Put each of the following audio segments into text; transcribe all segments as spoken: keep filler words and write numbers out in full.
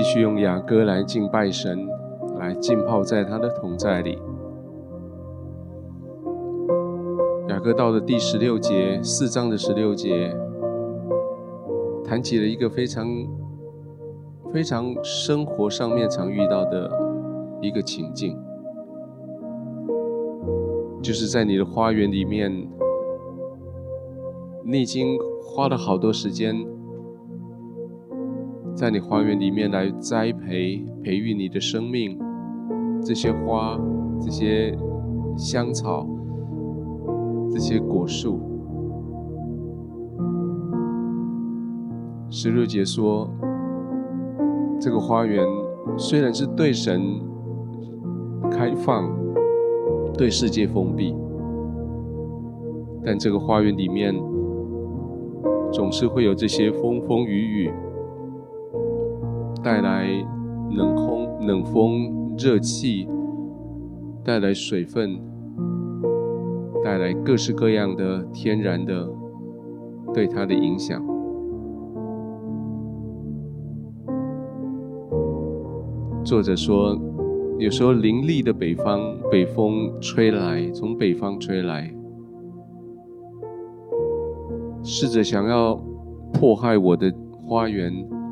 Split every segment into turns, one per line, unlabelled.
续用雅歌来敬拜神，来浸泡在他的同在里。雅歌到了第十六节，四章的十六节，谈起了一个非常非常生活上面常遇到的一个情境，就是在你的花园里面，你已经花了好多时间在你花园里面来栽培培育你的生命，这些花，这些香草，这些果树。十六节说，这个花园虽然是对神开放，对世界封闭，但这个花园里面总是会有这些风风雨雨，带来冷风、冷风、热气，带来水分，带来各式各样的天然的对它的影响。作者说，有时候凌厉的北方北风吹来，从北方吹来，试着想要迫害我的花园，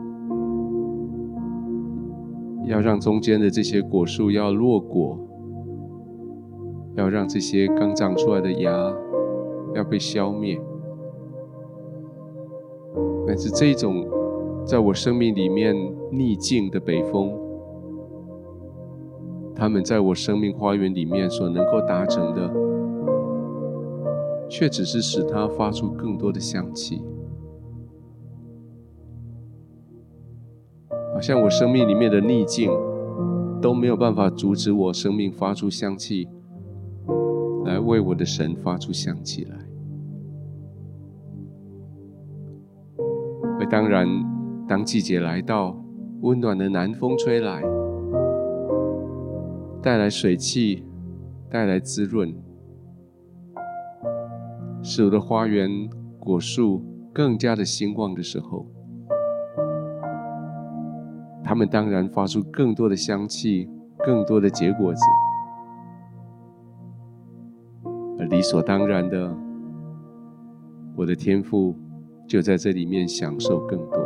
要让中间的这些果树要落果，要让这些刚长出来的芽要被消灭。但是这种在我生命里面逆境的北风，他们在我生命花园里面所能够达成的，却只是使它发出更多的香气。好像我生命里面的逆境都没有办法阻止我生命发出香气，来为我的神发出香气来。而当然，当季节来到，温暖的南风吹来，带来水汽，带来滋润，使我的花园果树更加的兴旺的时候，它们当然发出更多的香气，更多的结果子，而理所当然的，我的天父就在这里面享受更多。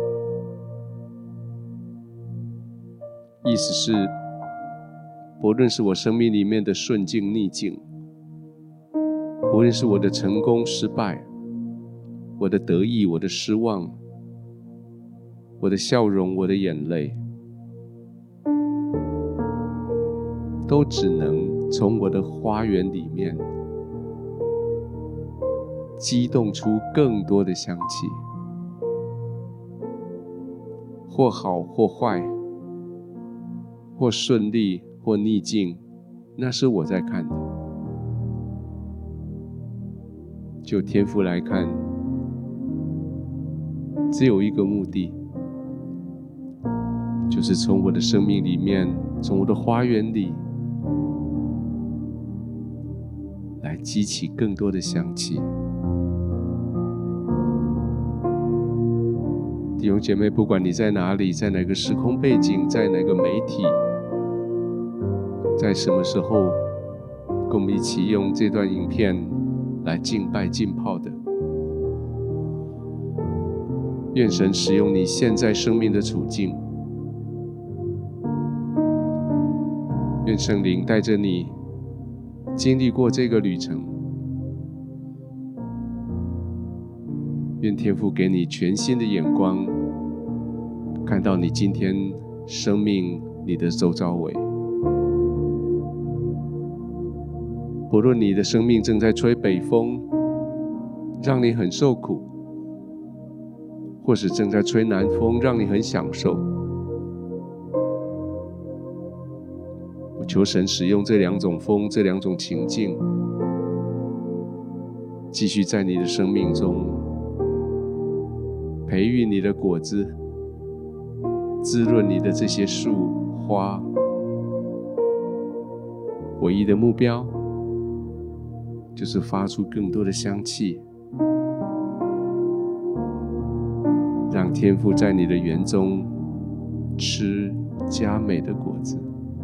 意思是，不论是我生命里面的顺境逆境，不论是我的成功失败，我的得意，我的失望，我的笑容，我的眼泪，都只能从我的花园里面激动出更多的香气，或好或坏，或顺利或逆境，那是我在看的。就天父来看，只有一个目的，就是从我的生命里面，从我的花园里，来激起更多的香气。弟兄姐妹，不管你在哪里，在哪个时空背景，在哪个媒体，在什么时候，跟我们一起用这段影片来敬拜浸泡的，愿神使用你现在生命的处境，愿圣灵带着你经历过这个旅程，愿天父给你全新的眼光，看到你今天生命你的周遭围。不论你的生命正在吹北风，让你很受苦，或是正在吹南风，让你很享受，我求神使用这两种风，这两种情境，继续在你的生命中培育你的果子，滋润你的这些树花。唯一的目标就是发出更多的香气，让天父在你的园中吃佳美的果子。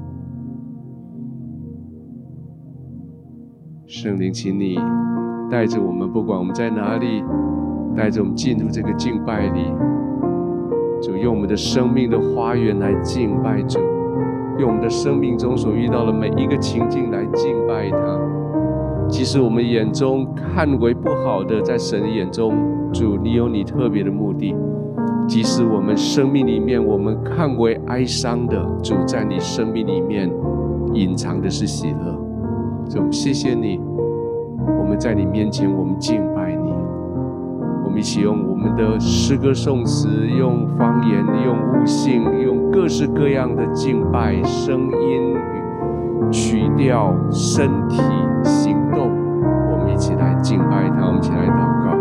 圣灵，请你带着我们，不管我们在哪里，带着我们进入这个敬拜里。主，用我们的生命的花园来敬拜主，用我们的生命中所遇到的每一个情境来敬拜他。即使我们眼中看为不好的，在神的眼中，主，你有你特别的目的。即使我们生命里面我们看为哀伤的，主，在你生命里面隐藏的是喜乐。主，谢谢你，我们在你面前，我们敬拜你。我们一起用我们的诗歌颂词，用方言，用悟性，用各式各样的敬拜声音、曲调、身体、行动，我们一起来敬拜他，我们一起来祷告。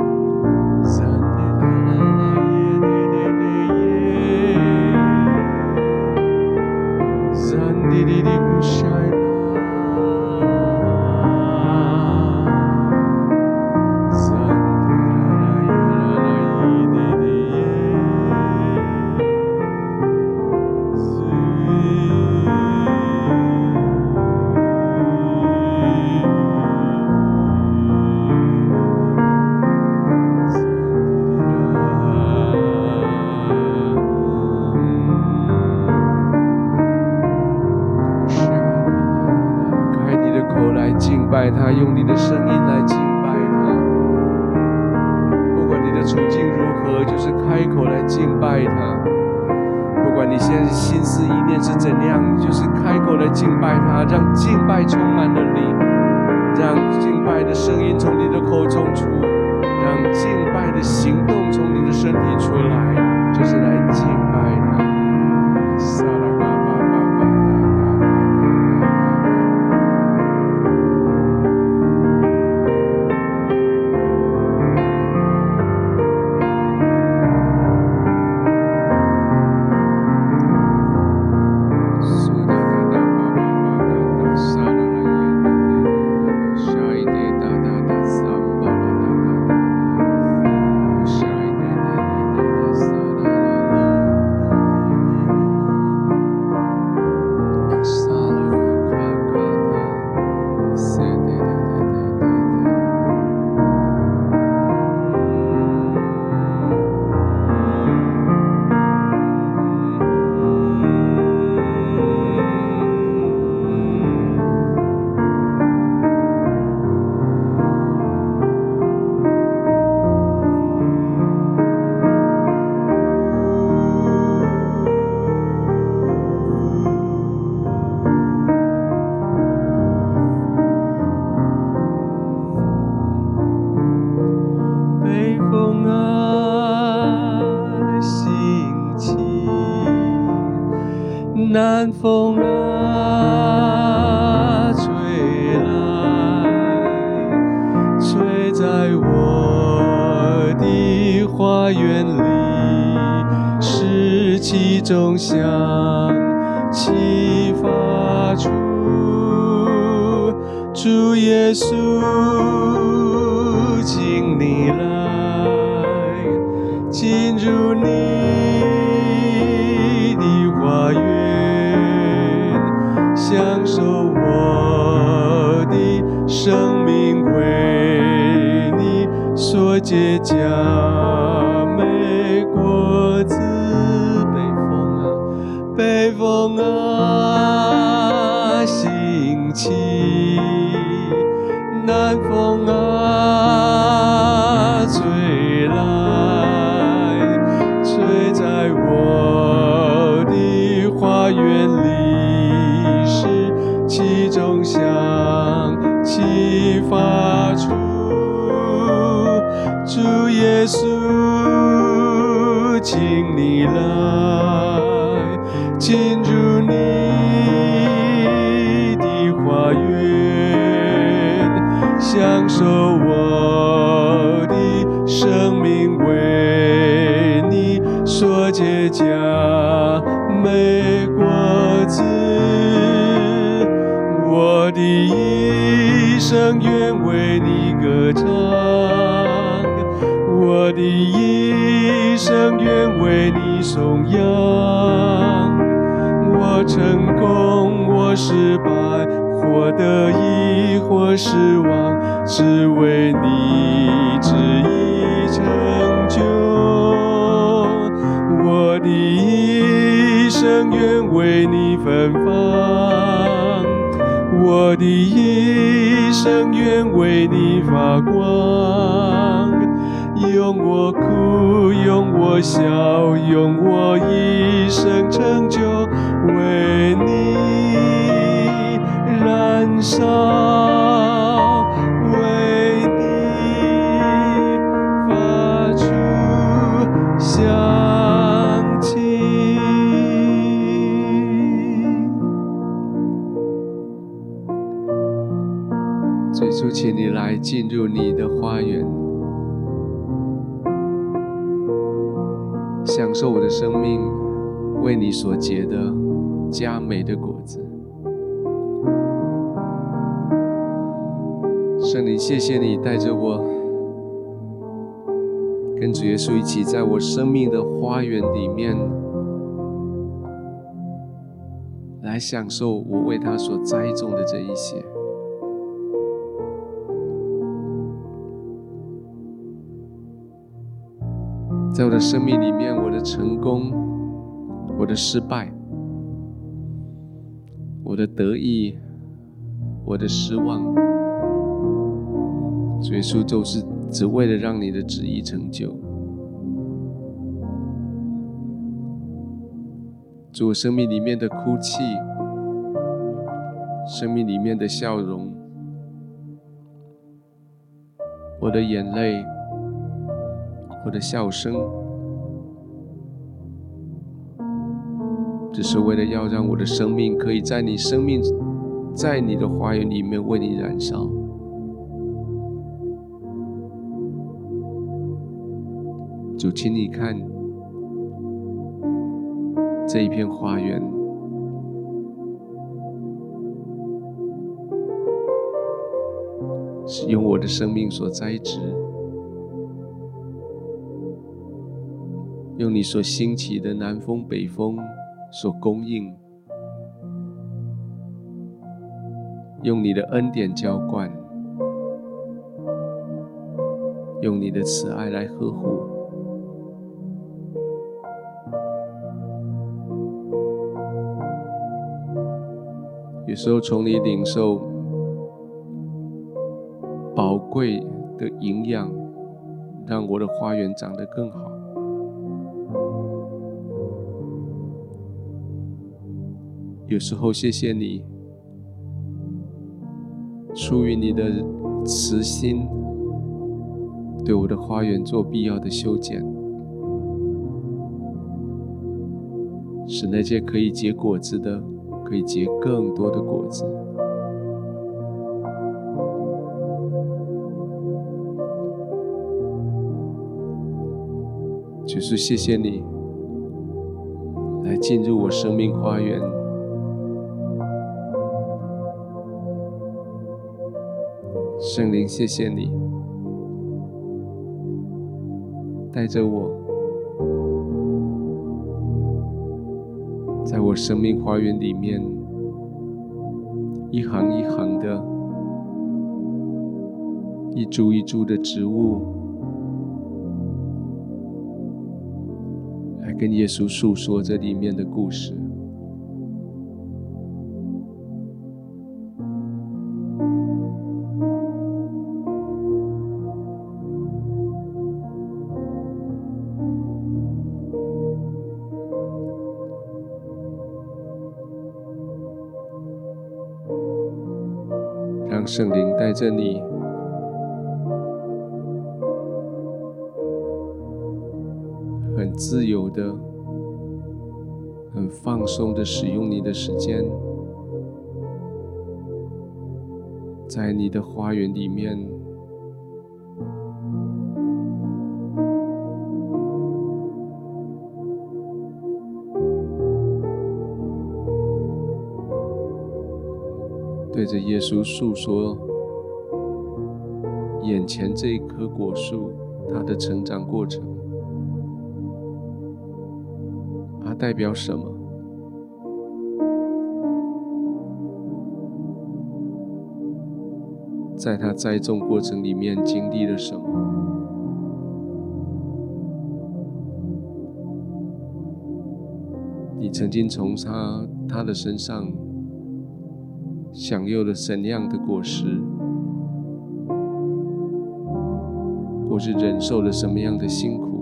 他用你的声音来敬拜他，不管你的处境如何，就是开口来敬拜他。不管你现在心思意念是怎样，就是开口来敬拜他，让敬拜充满了你，让敬拜的声音从你的口中出，让敬拜的行动从你的身体出来，就是来敬拜他。南风啊，吹来，吹在我的花园里，使其中香气发出。主耶稣，请你来，进入你的花园，享受我的生命为你所结佳美果子。北风啊，北风啊，兴起；南风啊，吹来，吹在我的花园里，其中香气发出。主耶稣，请你来，进入你的花园，享受我的生命为你所结佳美果子。我的一生愿为你歌唱， 我的一生愿为你颂扬，我成功，我失败，或得意，或失望，只为你旨意成就。我的一生愿为你芬芳，我的一生愿为你发光，用我哭，用我笑，用我一生成就，为你燃烧，为你发出香气。最初，请你来进入你的花园，享受我的生命为你所结的佳美的果子。圣灵，谢谢你带着我跟主耶稣一起在我生命的花园里面来享受我为他所栽种的这一些。在我的生命里面，我的成功，我的失败，我的得意，我的失望，主耶稣就是只为了让你的旨意成就。主，我生命里面的哭泣，生命里面的笑容，我的眼泪，我的笑声，只是为了要让我的生命可以在你生命在你的花园里面为你燃烧。主，请你看这一片花园，是用我的生命所栽植，用你所兴起的南风北风所供应，用你的恩典浇灌，用你的慈爱来呵护。有时候从你领受宝贵的营养，让我的花园长得更好。有时候谢谢你出于你的慈心，对我的花园做必要的修剪，使那些可以结果子的可以结更多的果子。就是谢谢你来进入我生命花园，圣灵，谢谢你带着我在我生命花园里面一行一行的，一株一株的植物，来跟耶稣诉说这里面的故事。让圣灵带着你很自由的、很放松的使用你的时间，在你的花园里面对着耶稣诉说眼前这一棵果树他的成长过程，它代表什么？在他栽种过程里面经历了什么？你曾经从他他的身上享有了怎样的果实，或是忍受了什么样的辛苦？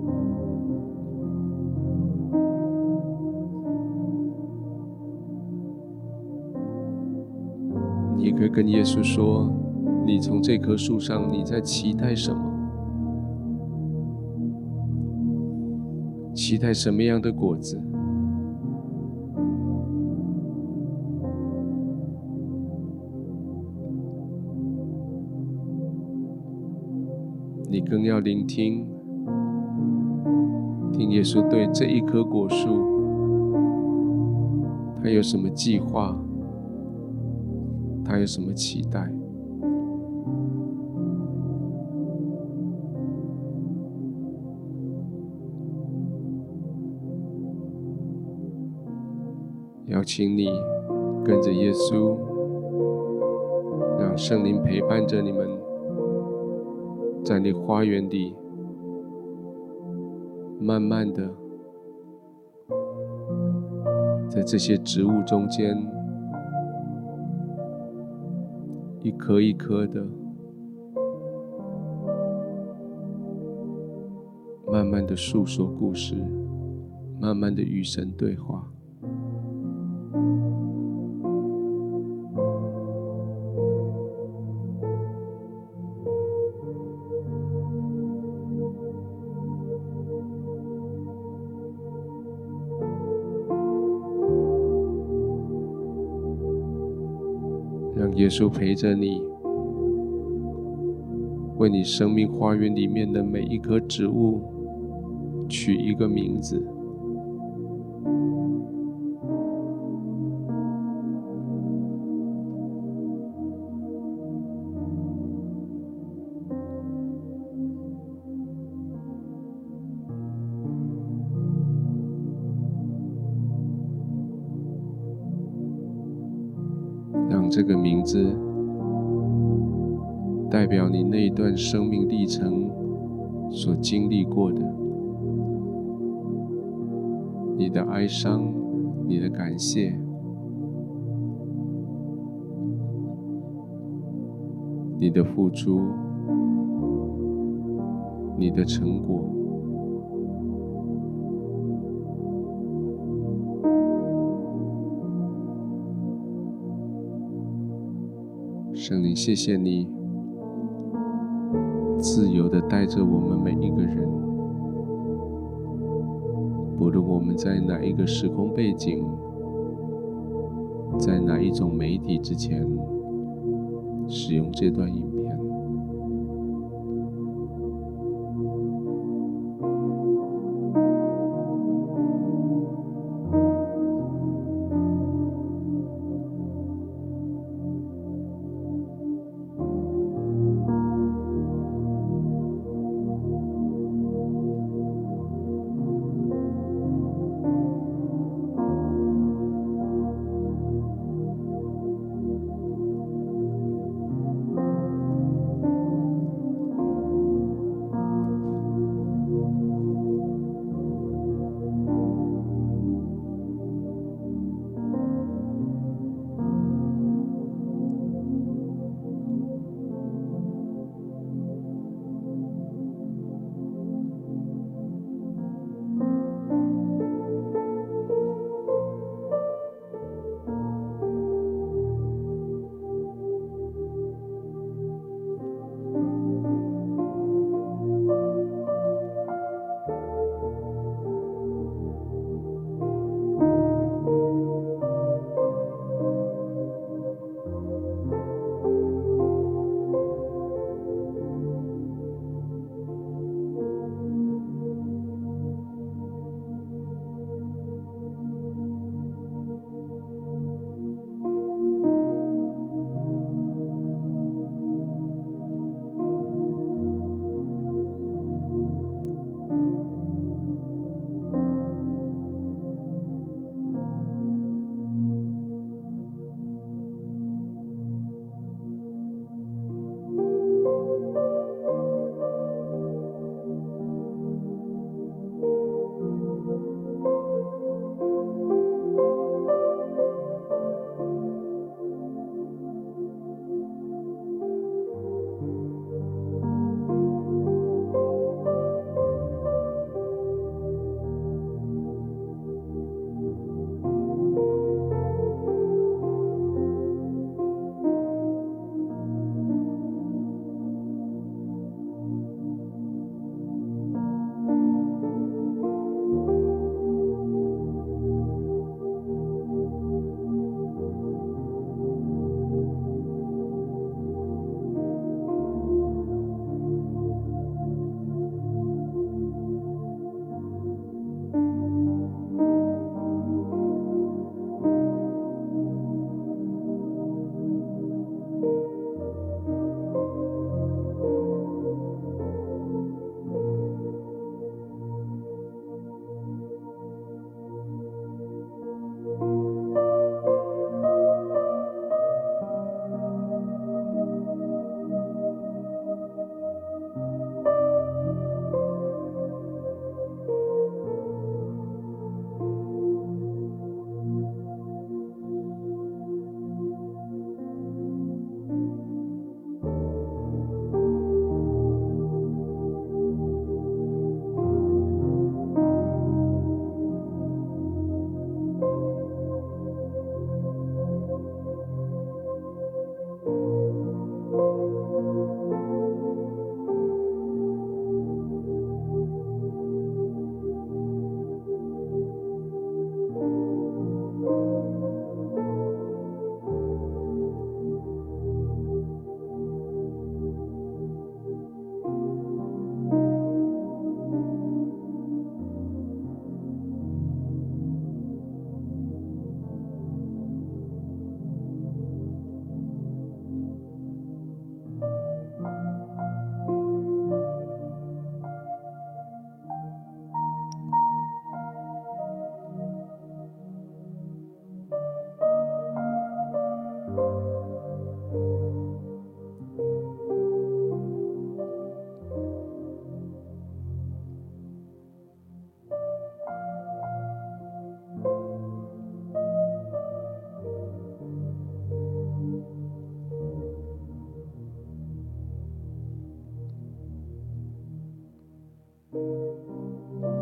你也可以跟耶稣说，你从这棵树上，你在期待什么？期待什么样的果子？你更要聆听，听耶稣对这一棵果树，他有什么计划？他有什么期待？邀请你跟着耶稣，让圣灵陪伴着你们，在你花园里，慢慢的，在这些植物中间，一颗一颗的，慢慢的诉说故事，慢慢的与神对话。让耶稣陪着你，为你生命花园里面的每一棵植物取一个名字。让这个名字代表你那一段生命历程所经历过的，你的哀伤，你的感谢，你的付出，你的成果。圣灵，谢谢你自由地带着我们每一个人，不论我们在哪一个时空背景，在哪一种媒体之前使用这段影片。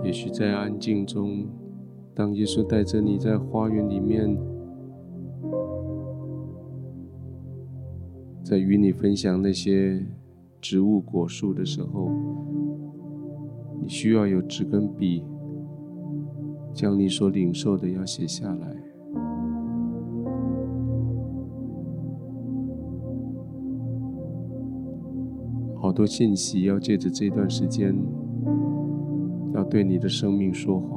也许在安静中，当耶稣带着你在花园里面，在与你分享那些植物果树的时候，你需要有纸跟笔，将你所领受的要写下来。好多信息要借着这段时间，要对你的生命说话。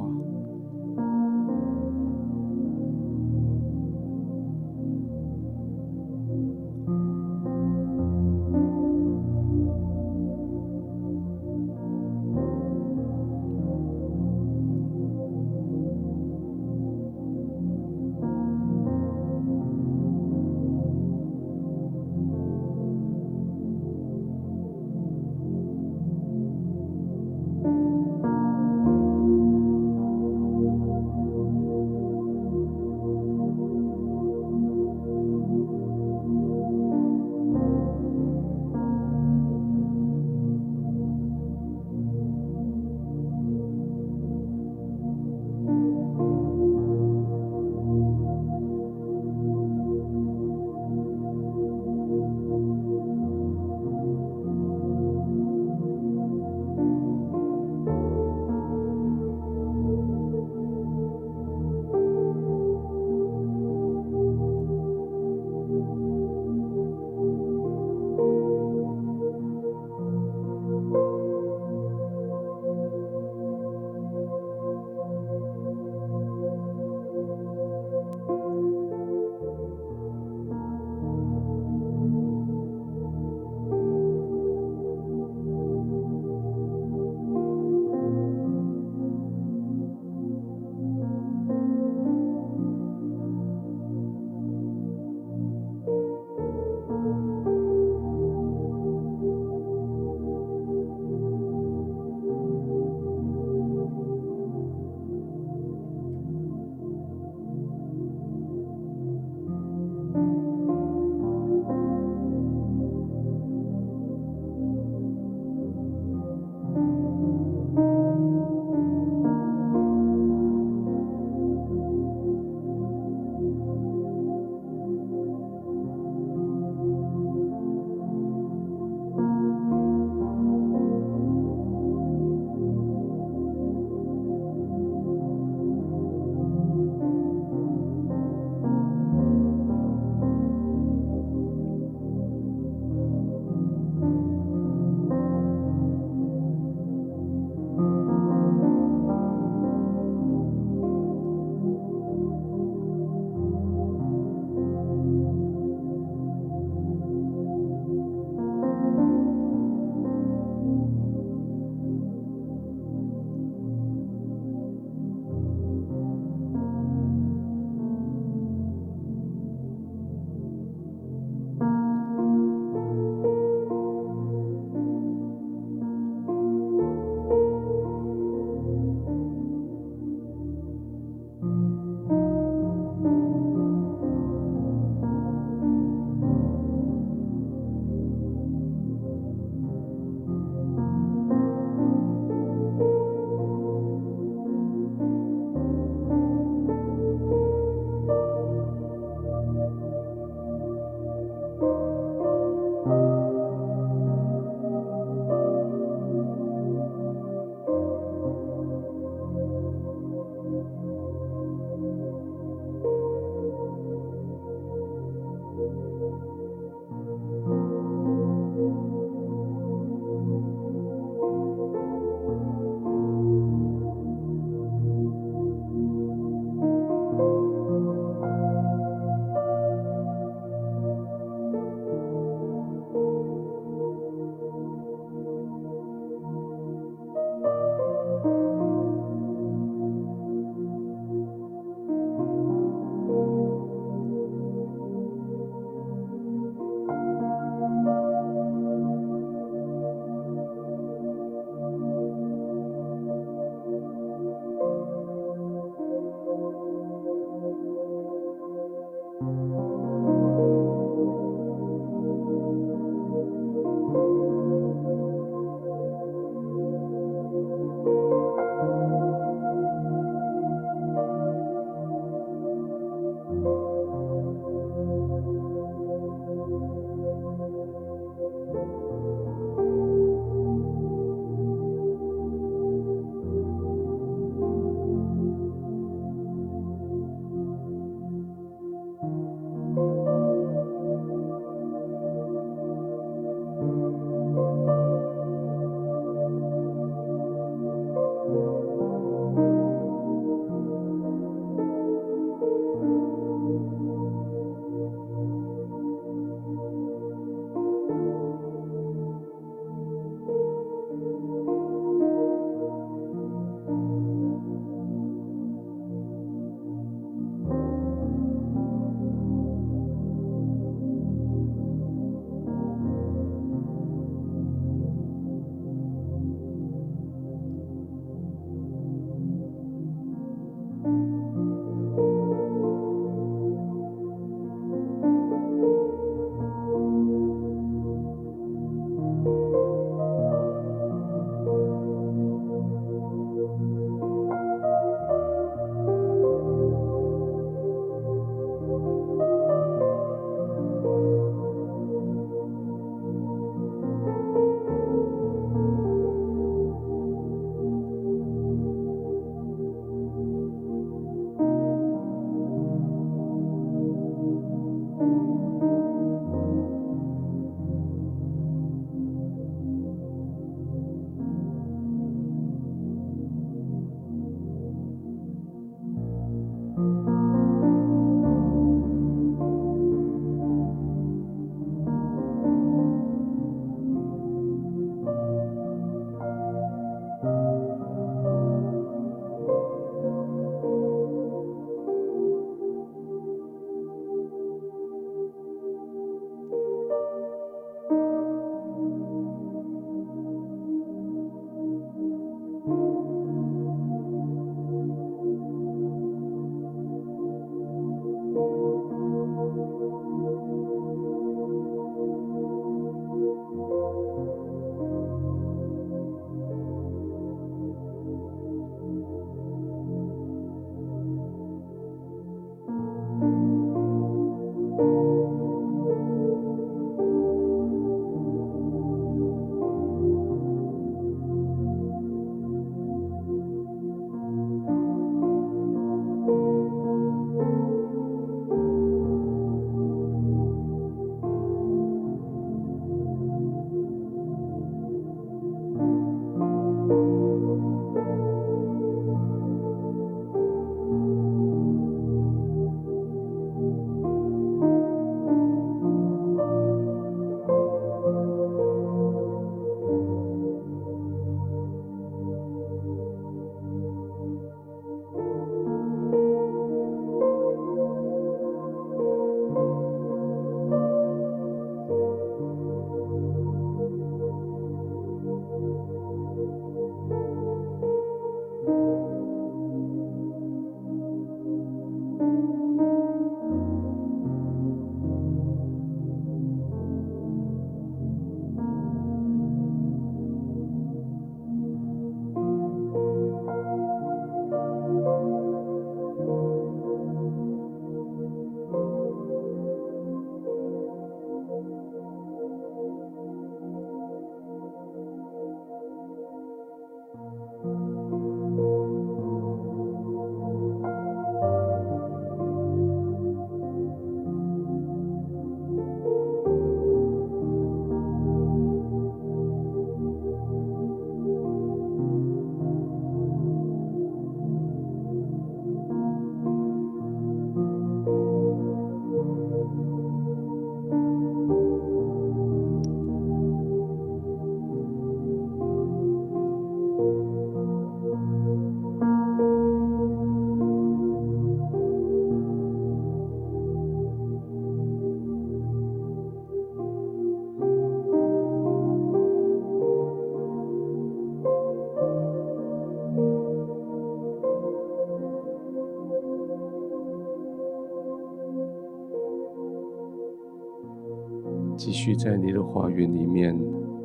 继续在你的花园里面，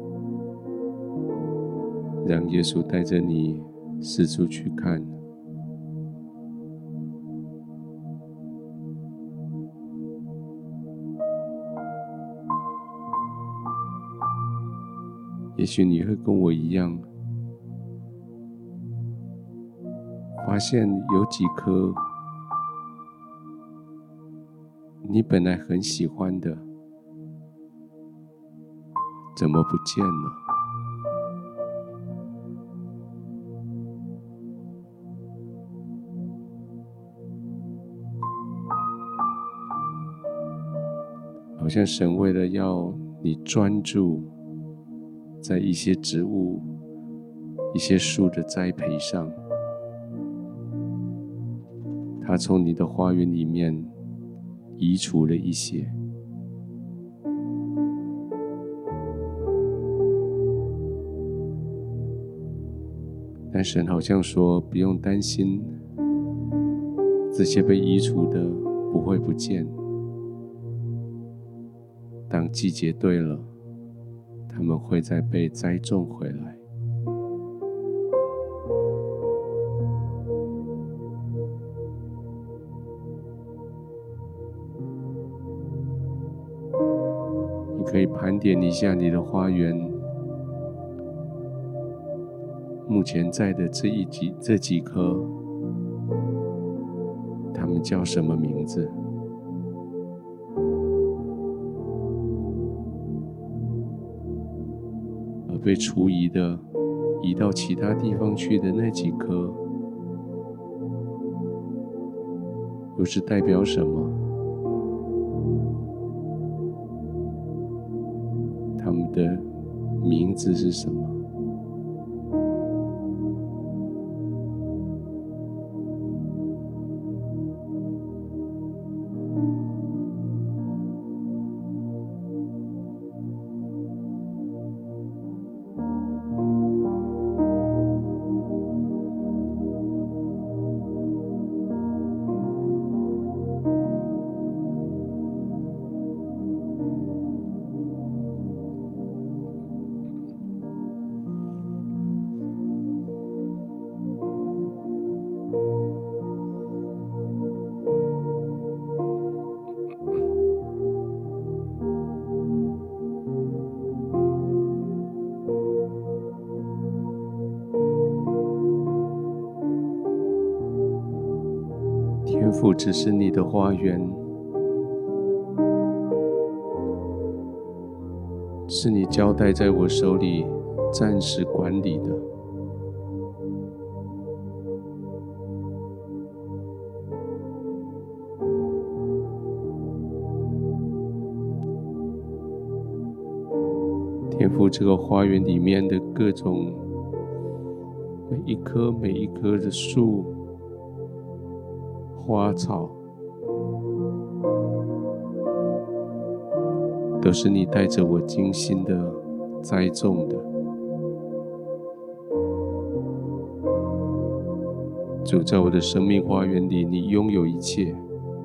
让耶稣带着你四处去看。也许你会跟我一样，发现有几棵你本来很喜欢的，怎么不见了？好像神为了要你专注在一些植物、一些树的栽培上，他从你的花园里面移除了一些。但神好像说，不用担心，这些被移除的不会不见。当季节对了，他们会再被栽种回来。你可以盘点一下你的花园，目前在的这一几这几棵，它们叫什么名字？而被除移的，移到其他地方去的那几棵，又是代表什么？它们的名字是什么？天父只是你的花园，是你交代在我手里暂时管理的。天父，这个花园里面的各种每一棵每一棵的树、花草，都是你带着我精心的栽种的。主，在我的生命花园里，你拥有一切。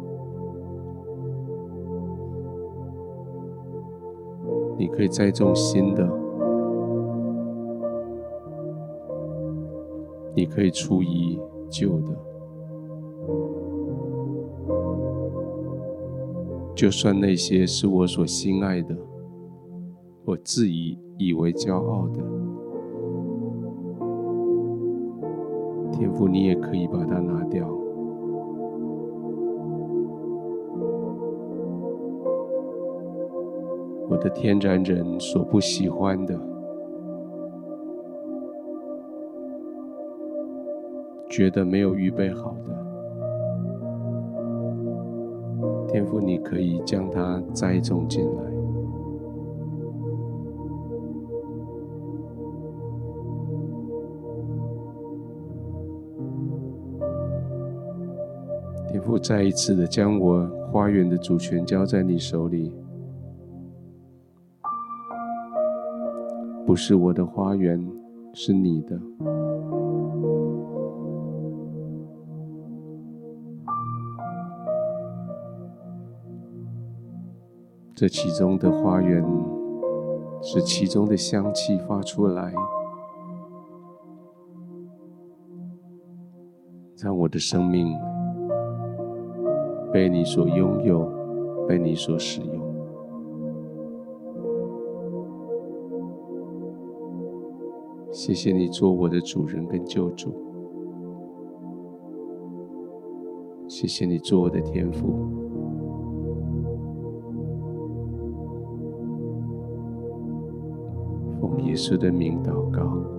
你可以栽种新的，你可以除移旧的。就算那些是我所心爱的，我自以以为骄傲的，天父，你也可以把它拿掉。我的天然人所不喜欢的，觉得没有预备好的，天父，你可以将它栽种进来。天父，再一次的将我花园的主权交在你手里。不是我的花园，是你的。 这其中的花园，使其中的香气发出来，让我的生命被你所拥有，被你所使用。谢谢你做我的主人跟救主，谢谢你做我的天父。奉耶稣的名祷告。